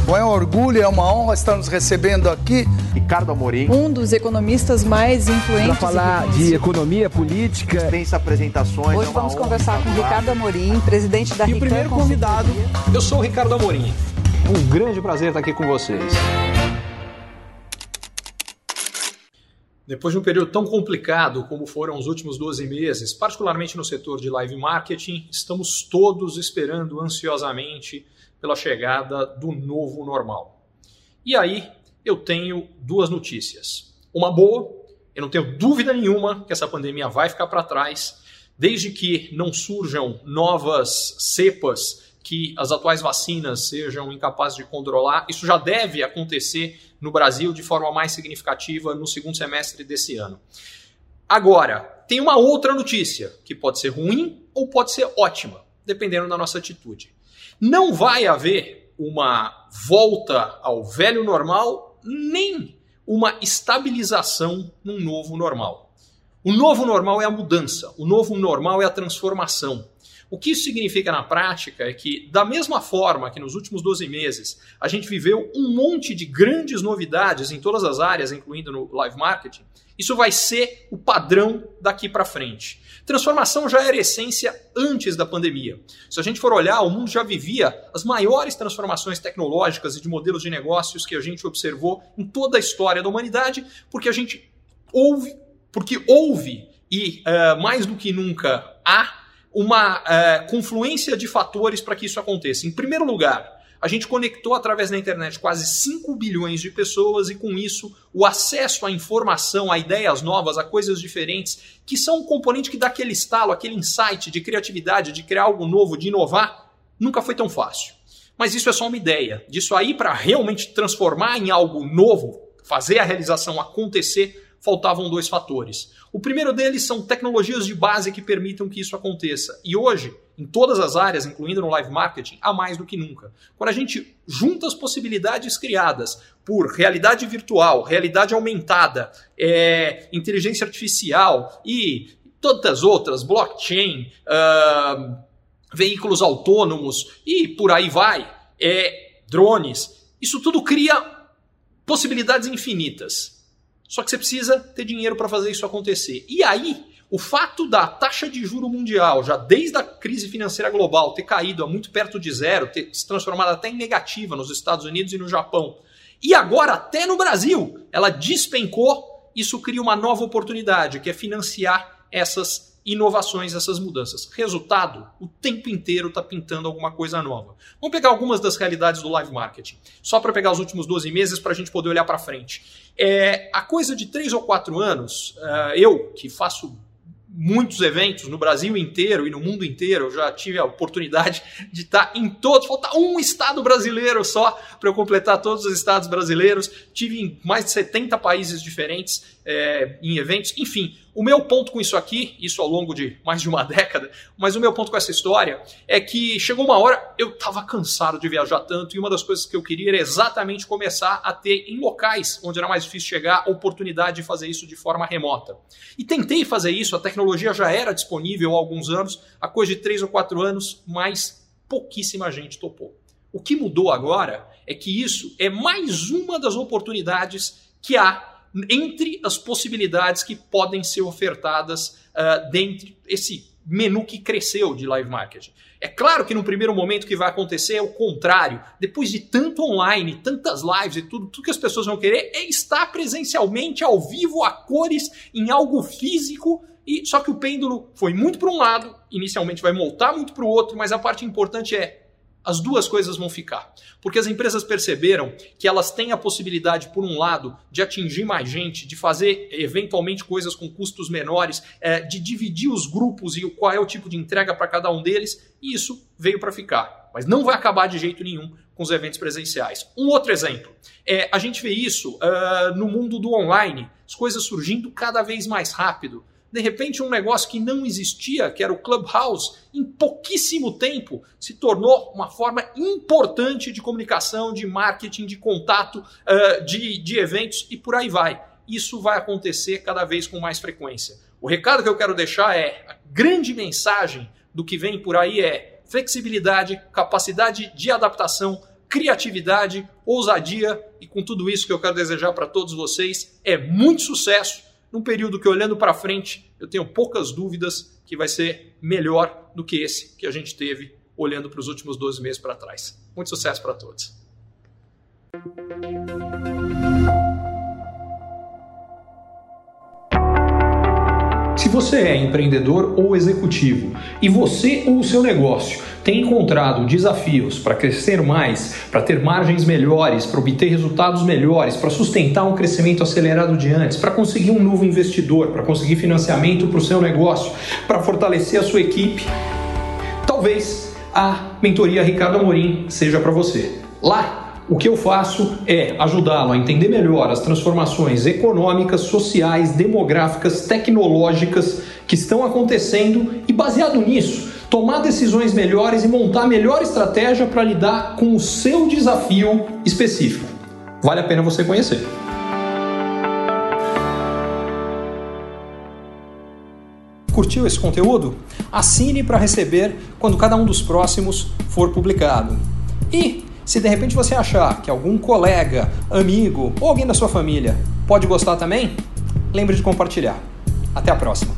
Bom, é um orgulho, é uma honra estar nos recebendo aqui. Ricardo Amorim, um dos economistas mais influentes. Para falar de economia política. Dispensa apresentações. Hoje vamos conversar com Ricardo Amorim, presidente da Rican. E o primeiro convidado, eu sou o Ricardo Amorim. Um grande prazer estar aqui com vocês. Depois de um período tão complicado como foram os últimos 12 meses, particularmente no setor de live marketing, estamos todos esperando ansiosamente pela chegada do novo normal. E aí eu tenho duas notícias. Uma boa, eu não tenho dúvida nenhuma que essa pandemia vai ficar para trás, desde que não surjam novas cepas que as atuais vacinas sejam incapazes de controlar. Isso já deve acontecer no Brasil de forma mais significativa no segundo semestre desse ano. Agora, tem uma outra notícia, que pode ser ruim ou pode ser ótima, dependendo da nossa atitude. Não vai haver uma volta ao velho normal, nem uma estabilização num novo normal. O novo normal é a mudança, o novo normal é a transformação. O que isso significa na prática é que, da mesma forma que nos últimos 12 meses a gente viveu um monte de grandes novidades em todas as áreas, incluindo no live marketing, isso vai ser o padrão daqui para frente. Transformação já era essência antes da pandemia. Se a gente for olhar, o mundo já vivia as maiores transformações tecnológicas e de modelos de negócios que a gente observou em toda a história da humanidade, porque houve e mais do que nunca há uma confluência de fatores para que isso aconteça. Em primeiro lugar, a gente conectou através da internet quase 5 bilhões de pessoas e com isso o acesso à informação, a ideias novas, a coisas diferentes, que são um componente que dá aquele estalo, aquele insight de criatividade, de criar algo novo, de inovar, nunca foi tão fácil. Mas isso é só uma ideia. Disso aí, para realmente transformar em algo novo, fazer a realização acontecer, faltavam 2 fatores. O primeiro deles são tecnologias de base que permitam que isso aconteça. E hoje, em todas as áreas, incluindo no live marketing, há mais do que nunca. Quando a gente junta as possibilidades criadas por realidade virtual, realidade aumentada, inteligência artificial e tantas outras, blockchain, veículos autônomos e por aí vai, drones, isso tudo cria possibilidades infinitas. Só que você precisa ter dinheiro para fazer isso acontecer. E aí, o fato da taxa de juro mundial, já desde a crise financeira global, ter caído a muito perto de zero, ter se transformado até em negativa nos Estados Unidos e no Japão, e agora até no Brasil, ela despencou, isso cria uma nova oportunidade, que é financiar essas inovações, essas mudanças. Resultado, o tempo inteiro está pintando alguma coisa nova. Vamos pegar algumas das realidades do live marketing, só para pegar os últimos 12 meses para a gente poder olhar para frente. A coisa de 3 ou 4 anos, eu que faço muitos eventos no Brasil inteiro e no mundo inteiro, eu já tive a oportunidade de estar em todos, falta um estado brasileiro só para eu completar todos os estados brasileiros, tive em mais de 70 países diferentes em eventos, enfim. O meu ponto com isso aqui, isso ao longo de mais de uma década, mas o meu ponto com essa história é que chegou uma hora, eu estava cansado de viajar tanto e uma das coisas que eu queria era exatamente começar a ter em locais onde era mais difícil chegar a oportunidade de fazer isso de forma remota. E tentei fazer isso, a tecnologia já era disponível há alguns anos, há coisa de 3 ou 4 anos, mas pouquíssima gente topou. O que mudou agora é que isso é mais uma das oportunidades que há entre as possibilidades que podem ser ofertadas dentro desse menu que cresceu de live marketing. É claro que no primeiro momento o que vai acontecer é o contrário. Depois de tanto online, tantas lives e tudo que as pessoas vão querer é estar presencialmente, ao vivo, a cores, em algo físico. E só que o pêndulo foi muito para um lado, inicialmente vai voltar muito para o outro, mas a parte importante as duas coisas vão ficar. Porque as empresas perceberam que elas têm a possibilidade, por um lado, de atingir mais gente, de fazer, eventualmente, coisas com custos menores, de dividir os grupos e qual é o tipo de entrega para cada um deles, e isso veio para ficar. Mas não vai acabar de jeito nenhum com os eventos presenciais. Um outro exemplo, a gente vê isso no mundo do online, as coisas surgindo cada vez mais rápido. De repente, um negócio que não existia, que era o Clubhouse, em pouquíssimo tempo se tornou uma forma importante de comunicação, de marketing, de contato, de eventos e por aí vai. Isso vai acontecer cada vez com mais frequência. O recado que eu quero deixar a grande mensagem do que vem por aí flexibilidade, capacidade de adaptação, criatividade, ousadia e com tudo isso que eu quero desejar para todos vocês é muito sucesso num período que, olhando para frente, eu tenho poucas dúvidas que vai ser melhor do que esse que a gente teve olhando para os últimos 12 meses para trás. Muito sucesso para todos. Se você é empreendedor ou executivo e você ou o seu negócio tem encontrado desafios para crescer mais, para ter margens melhores, para obter resultados melhores, para sustentar um crescimento acelerado de antes, para conseguir um novo investidor, para conseguir financiamento para o seu negócio, para fortalecer a sua equipe, talvez a mentoria Ricardo Amorim seja para você. Lá, o que eu faço é ajudá-lo a entender melhor as transformações econômicas, sociais, demográficas, tecnológicas que estão acontecendo e, baseado nisso, tomar decisões melhores e montar a melhor estratégia para lidar com o seu desafio específico. Vale a pena você conhecer. Curtiu esse conteúdo? Assine para receber quando cada um dos próximos for publicado. E se de repente você achar que algum colega, amigo ou alguém da sua família pode gostar também, lembre de compartilhar. Até a próxima!